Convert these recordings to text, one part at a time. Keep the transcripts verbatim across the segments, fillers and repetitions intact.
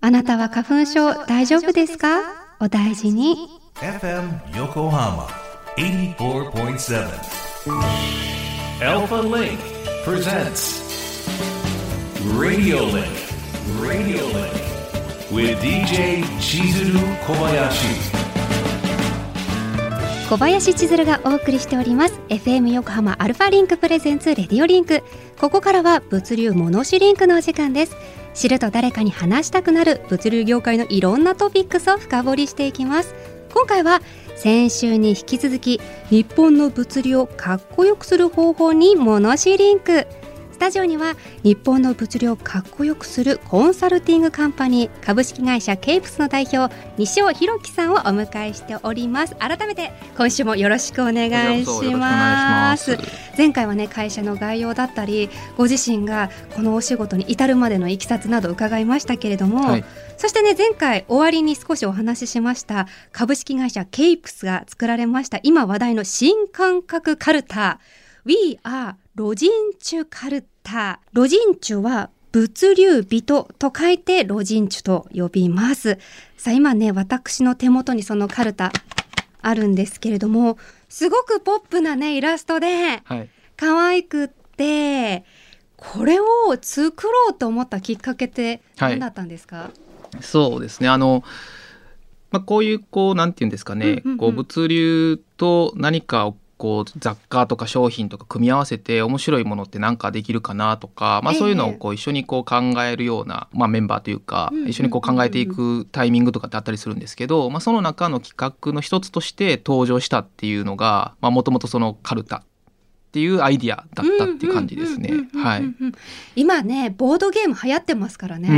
あなたは花粉症大丈夫ですか？お大事に。 エフエム Yokohama エイティフォーポイントセブン Alpha Link presents Radio Link Radio Link with ディージェー Chizuru Kobayashi。 小林千鶴がお送りしております エフエム 横浜アルファリンクプレゼンツレディオリンク。ここからは物流モノシリンクのお時間です。知ると誰かに話したくなる物流業界のいろんなトピックスを深掘りしていきます。今回は先週に引き続き日本の物流をかっこよくする方法にモノシリンク。スタジオには日本の物流をかっこよくするコンサルティングカンパニー株式会社ケイプスの代表西尾弘樹さんをお迎えしております。改めて今週もよろしくお願いします。前回はね会社の概要だったりご自身がこのお仕事に至るまでのいきさつなど伺いましたけれども、はい、そしてね前回終わりに少しお話ししました株式会社ケイプスが作られました今話題の新感覚カルタ We are ロジンチュカルタ。ロジンチュは物流人と書いてロジンチュと呼びます。さあ今ね私の手元にそのカルタあるんですけれども、すごくポップなねイラストで可愛くって、はい、これを作ろうと思ったきっかけって何だったんですか？はい、 そうですね、あの、まあ、こういうこうなんていうんですかね、うんうんうん、こう物流と何かをこう雑貨とか商品とか組み合わせて面白いものって何かできるかなとか、まあ、そういうのをこう一緒にこう考えるような、まあ、メンバーというか、うんうんうんうん、一緒にこう考えていくタイミングとかってあったりするんですけど、まあ、その中の企画の一つとして登場したっていうのがもともとそのカルタっていうアイディアだったっていう感じですね。 今ねボードゲーム流行ってますからね、うん、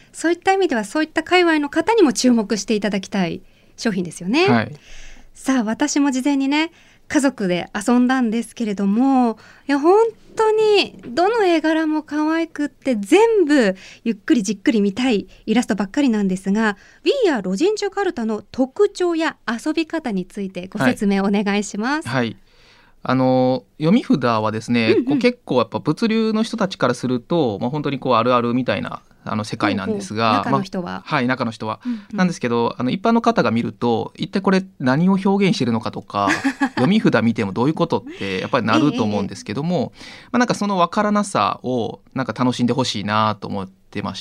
そういった意味ではそういった界隈の方にも注目していただきたい商品ですよね。はい、さあ私も事前にね家族で遊んだんですけれども、いや本当にどの絵柄も可愛くって全部ゆっくりじっくり見たいイラストばっかりなんですが、 We are ロジンチュカルタの特徴や遊び方についてご説明お願いします。 はい、はい、あの読み札はですね、うんうん、こう結構やっぱ物流の人たちからすると、まあ、本当にこうあるあるみたいなあの世界なんですが、 中の人は、まあ、 はい中の人は、うんうん、なんですけどあの一般の方が見ると一体これ何を表現しているのかとか読み札見てもどういうことってやっぱりなると思うんですけども、えーまあ、なんかその分からなさをなんか楽しんでほしいなと思ってまして、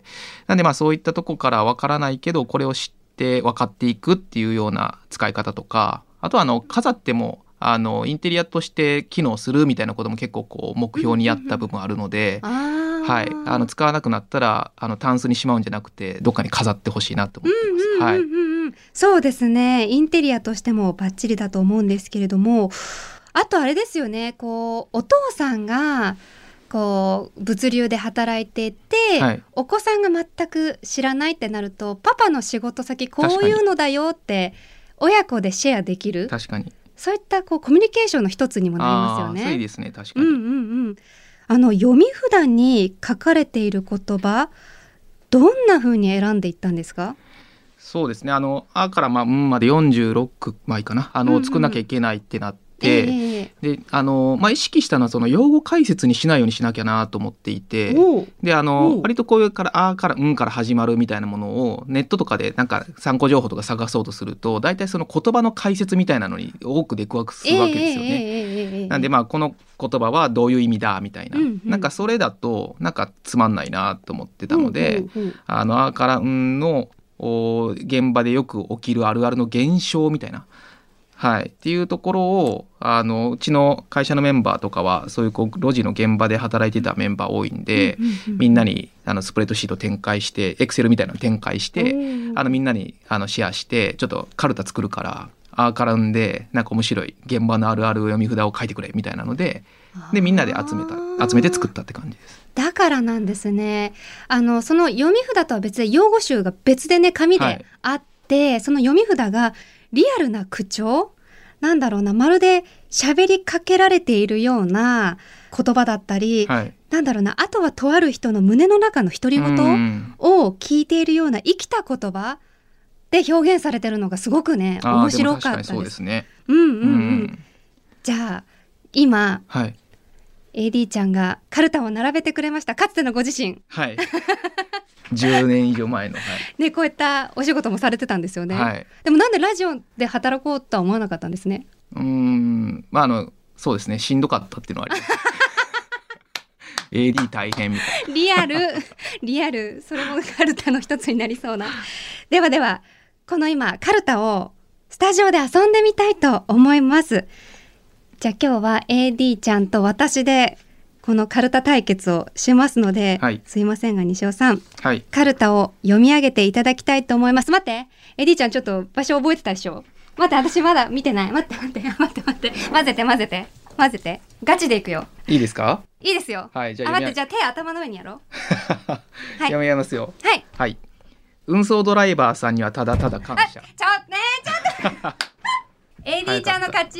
なんでまあそういったとこから分からないけどこれを知って分かっていくっていうような使い方とか、あとはあの飾ってもあのインテリアとして機能するみたいなことも結構こう目標にやった部分あるので、うんうんうんはい、あの使わなくなったらあのタンスにしまうんじゃなくてどっかに飾ってほしいなと思ってます。はい、 そうですね、インテリアとしてもバッチリだと思うんですけれども、あとあれですよね、こうお父さんがこう物流で働いてて、はい、お子さんが全く知らないってなるとパパの仕事先こういうのだよって親子でシェアできる。 確かにそういったこうコミュニケーションの一つにもなりますよね。 そうですね、確かに、 うんうんうん、あの読み札に書かれている言葉どんな風に選んでいったんですか？ そうですね、あのあからまあんまでよんじゅうろくまいかな、あの、うんうん、作んなきゃいけないってなって、えー、であの、まあ、意識したのはその用語解説にしないようにしなきゃなと思っていて、であの割とこういうからあからうんから始まるみたいなものをネットとかでなんか参考情報とか探そうとすると大体その言葉の解説みたいなのに多く出くわするわけですよね。えー、なんでまあこの言葉はどういう意味だみたいな、うんうん、なんかそれだとなんかつまんないなと思ってたので、うんうんうん、あのあからうんの現場でよく起きるあるあるの現象みたいな、はい、っていうところをあのうちの会社のメンバーとかはそういうこう路地の現場で働いてたメンバー多いんで、うんうんうん、みんなにあのスプレッドシート展開してエクセルみたいなの展開してあのみんなにあのシェアしてちょっとカルタ作るからあーからんでなんか面白い現場のあるある読み札を書いてくれみたいなので、でみんなで集めた集めて作ったって感じです。 だからなんですね。あのその読み札とは別で用語集が別でね紙であって、はい、その読み札がリアルな口調なんだろうな、まるで喋りかけられているような言葉だったり、はい、なんだろうな、あとはとある人の胸の中の独り言を聞いているような生きた言葉で表現されているのがすごくね面白かったです。 そうですね。 うんうんうん。じゃあ今、はい、エーディー ちゃんがカルタを並べてくれました。かつてのご自身。 はいじゅうねん以上前の、はいね、こういったお仕事もされてたんですよね、 はい、 でもなんでラジオで働こうとは思わなかったんですね。 うーん、まああのそうですね、しんどかったっていうのはありますエーディー 大変みたいなリアルリアル、それもカルタの一つになりそうな。ではではこの今カルタをスタジオで遊んでみたいと思います。じゃあ今日は エーディー ちゃんと私でこのカルタ対決をしますので、 はい、 すいませんが西尾さん、はい、カルタを読み上げていただきたいと思います。待って、 エーディー ちゃんちょっと場所覚えてたでしょ。待って、私まだ見てない。待って待って待って待って混ぜて混ぜて混ぜて、ガチでいくよ。 いいですか。 いいですよ。 はい、じゃああ、待って、じゃあ手頭の上にやろうはい、 読みますよ。 はい、 はい、運送ドライバーさんにはただただ感謝。 ちょねえちょっとエーディー ちゃんの勝ち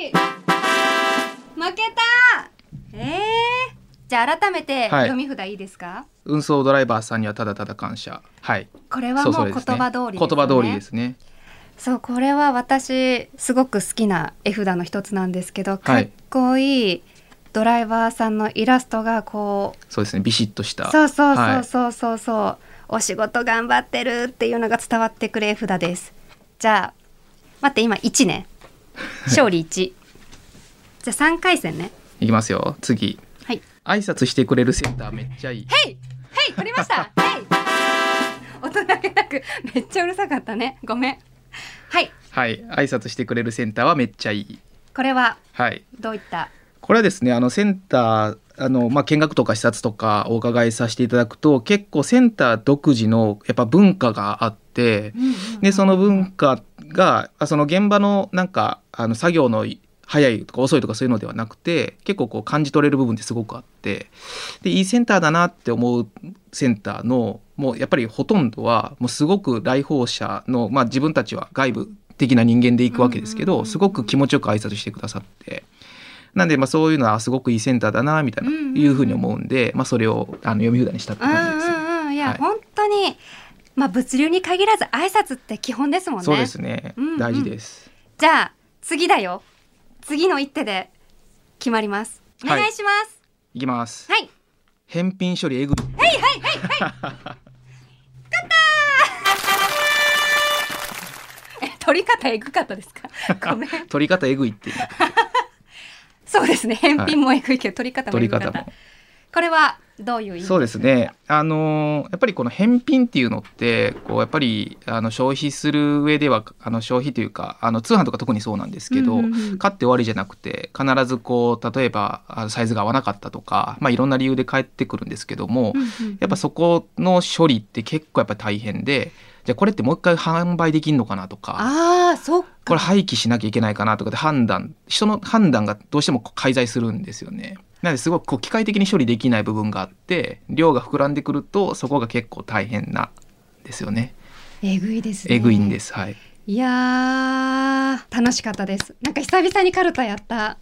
負けた。えー、じゃあ改めて読み札いいですか。はい、 運送ドライバーさんにはただただ感謝。はい、 これはもう言葉通りですね。 言葉通りですね。 そう、これは私すごく好きな絵札の一つなんですけど、かっこいいドライバーさんのイラストがこう、 そうですね、ビシッとした、 そうそうそうそうそうそう、はい、お仕事頑張ってるっていうのが伝わってくる絵札です。じゃあ待って、今いちね、勝利いちじゃあさんかい戦ね。 いきますよ。次、はい、挨拶してくれるセンターめっちゃいい。 へいへい、取りましたへい、大人げなくめっちゃうるさかったね、ごめん。はいはい、挨拶してくれるセンターはめっちゃいい。 これははいどういった、 これはですね、あのセンター、あの、まあ、見学とか視察とかお伺いさせていただくと、結構センター独自のやっぱ文化があって、うんうんうん、でその文化がその現場のなんかあの作業の早いとか遅いとかそういうのではなくて、結構こう感じ取れる部分ってすごくあって、でいいセンターだなって思うセンターのもうやっぱりほとんどはもうすごく来訪者の、まあ、自分たちは外部的な人間で行くわけですけど、うんうんうん、すごく気持ちよく挨拶してくださって、なんでまあそういうのはすごくいいセンターだなみたいな、うんうん、いうふうに思うんで、まあ、それをあの読み札にしたって感じです。 うんうんうん、いや、はい、本当に、まあ、物流に限らず挨拶って基本ですもんね。 そうですね、うんうん、大事です。 じゃあ次だよ。次の一手で決まります。お願いします。はい、 いきます。 はい。 返品処理えぐい。 はいはいはいはい勝ったえ、取り方えぐかったですか。ごめん取り方えぐいっていうそうですね、返品もえぐいけど、はい、取り方もえぐかった。これはどういう意味ですか。 そうですね、あのやっぱりこの返品っていうのってこうやっぱりあの消費する上ではあの消費というかあの通販とか特にそうなんですけど、うんうんうん、買って終わりじゃなくて必ずこう例えばサイズが合わなかったとか、まあ、いろんな理由で返ってくるんですけども、うんうんうん、やっぱそこの処理って結構やっぱり大変で、じゃあこれってもう一回販売できるのかなとか、 あ、そっか、 これ廃棄しなきゃいけないかなとかで判断、人の判断がどうしても介在するんですよね。なのですごくこう機械的に処理できない部分があって、量が膨らんでくるとそこが結構大変なんですよね。 えぐいですね。 えぐいんです。はい。 いやー楽しかったです。なんか久々にカルタやった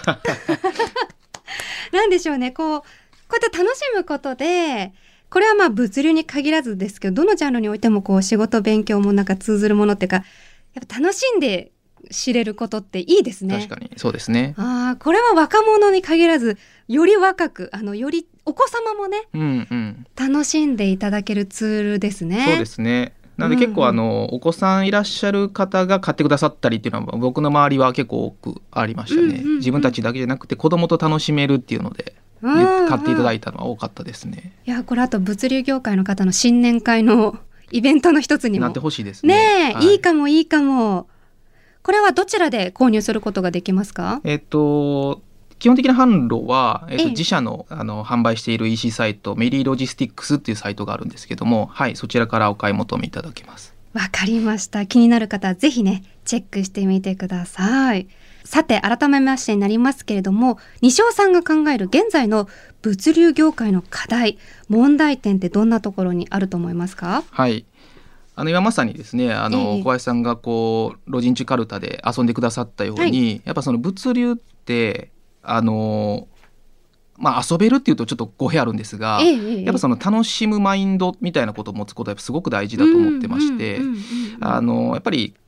なんでしょうね、こうこうやって楽しむことで、これはまあ物流に限らずですけど、どのジャンルにおいてもこう仕事勉強もなんか通ずるものっていうか、やっぱ楽しんで知れることっていいですね。 確かにそうですね。 あ、これは若者に限らずより若く、あのよりお子様もね、 うんうん、 楽しんでいただけるツールですね。 そうですね。なので結構あの、うんうん、お子さんいらっしゃる方が買ってくださったりっていうのは僕の周りは結構多くありましたね、うんうんうん、自分たちだけじゃなくて子供と楽しめるっていうので買っていただいたのは多かったですね。 いや、これあと物流業界の方の新年会のイベントの一つにもなってほしいですね。 ねえ、はい、いいかもいいかも。これはどちらで購入することができますか。 えっと基本的な販路は、えっと、自社の、あの販売している イーシー サイトメリーロジスティックスっていうサイトがあるんですけども、はい、そちらからお買い求めいただけます。 わかりました。気になる方はぜひねチェックしてみてください。さて改めましてになりますけれども、西尾さんが考える現在の物流業界の課題、問題点ってどんなところにあると思いますか。 はい、あの今まさにですね、あの、えー、小林さんがこうロジンチュカルタで遊んでくださったように、はい、やっぱその物流ってあのまあ遊べるっていうとちょっと語弊あるんですが、えー、やっぱその楽しむマインドみたいなことを持つことはすごく大事だと思ってまして、あのやっぱり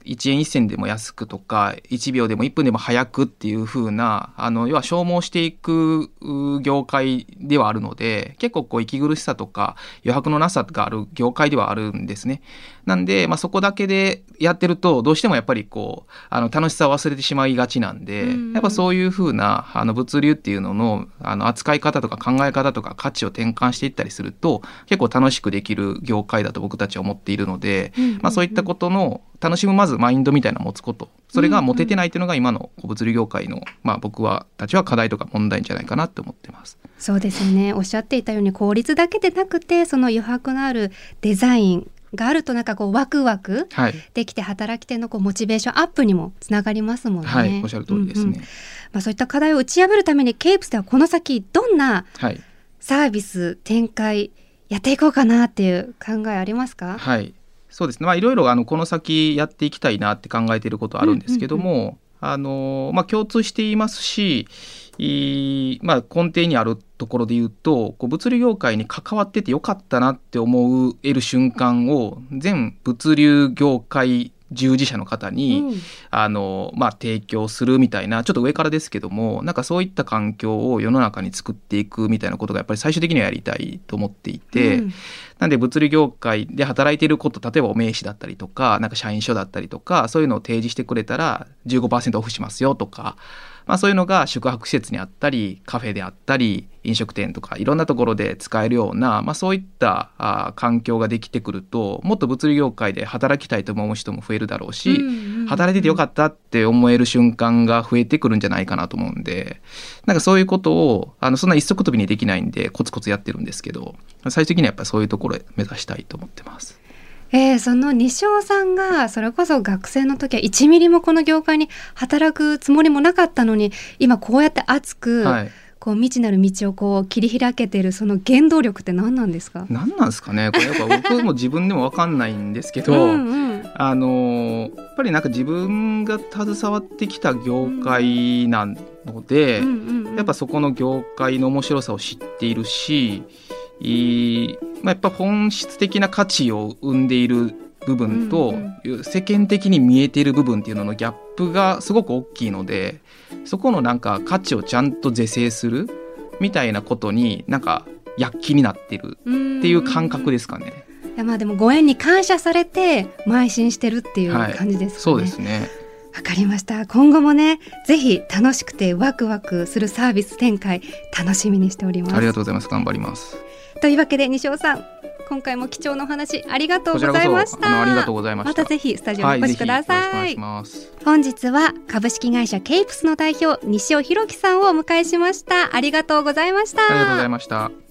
いちえんいっせんでも安くとかいちびょうでもいっぷんでも早くっていう風なあの要は消耗していく業界ではあるので、結構こう息苦しさとか余白のなさがある業界ではあるんですね。なんで、まあ、そこだけでやってるとどうしてもやっぱりこうあの楽しさを忘れてしまいがちなんで、うんうん、やっぱそういう風なあの物流っていうのの、あの扱い方とか考え方とか価値を転換していったりすると結構楽しくできる業界だと僕たちは思っているので、うんうんうん、まあ、そういったことの楽しむまずマインドみたいなのを持つこと、それが持ててないというのが今の物流業界の、まあ、僕はたちは課題とか問題じゃないかなと思ってます。 そうですよね。おっしゃっていたように効率だけでなくてその余白のあるデザインがあるとなんかこうワクワクできて働き手のこうモチベーションアップにもつながりますもんね。 はい、おっしゃる通りですね。うんうん、 まあ、そういった課題を打ち破るためにケイプスではこの先どんなサービス展開やっていこうかなっていう考えありますか？ はい、そうですね。まあ、いろいろあのこの先やっていきたいなって考えていることはあるんですけども、うんうんうん、あのまあ、共通していますし、いまあ、根底にあるところで言うとこう物流業界に関わっててよかったなって思える瞬間を全物流業界従事者の方に、うん、あのまあ、提供するみたいな、ちょっと上からですけども、なんかそういった環境を世の中に作っていくみたいなことがやっぱり最終的にはやりたいと思っていて、うん、なんで物流業界で働いていること、例えばお名刺だったりとかなんか社員証だったりとかそういうのを提示してくれたら じゅうごパーセント オフしますよとか、まあ、そういうのが宿泊施設にあったりカフェであったり飲食店とかいろんなところで使えるような、まあ、そういったあ環境ができてくるともっと物流業界で働きたいと思う人も増えるだろうし、うんうんうん、働いててよかったって思える瞬間が増えてくるんじゃないかなと思うんで、なんかそういうことをあのそんな一足飛びにできないんでコツコツやってるんですけど、最終的にはやっぱりそういうところを目指したいと思ってます。 えー、その西尾さんがそれこそ学生の時はいちミリもこの業界に働くつもりもなかったのに今こうやって熱く、はい、こう未知なる道をこう切り開けてるその原動力って何なんですか？ 何なんですかね。これやっぱ僕も自分でも分かんないんですけどうん、うん、あのやっぱりなんか自分が携わってきた業界なので、うんうんうん、やっぱそこの業界の面白さを知っているし、いまあ、やっぱ本質的な価値を生んでいる部分と、うんうん、世間的に見えている部分っていうののギャップがすごく大きいので、そこのなんか価値をちゃんと是正するみたいなことになんか躍起になってるっていう感覚ですかね。 いやまあでもご縁に感謝されて邁進してるっていう感じですかね。はい、 そうですね。 わかりました。今後もねぜひ楽しくてワクワクするサービス展開楽しみにしております。 ありがとうございます。頑張ります。 というわけで西尾さん今回も貴重なお話ありがとうございました。 あのありがとうございました。 またぜひスタジオにお越しください。 はい、ぜひよろしくお願いします。 本日は株式会社ケイプスの代表西尾弘樹さんをお迎えしました。ありがとうございました。 ありがとうございました。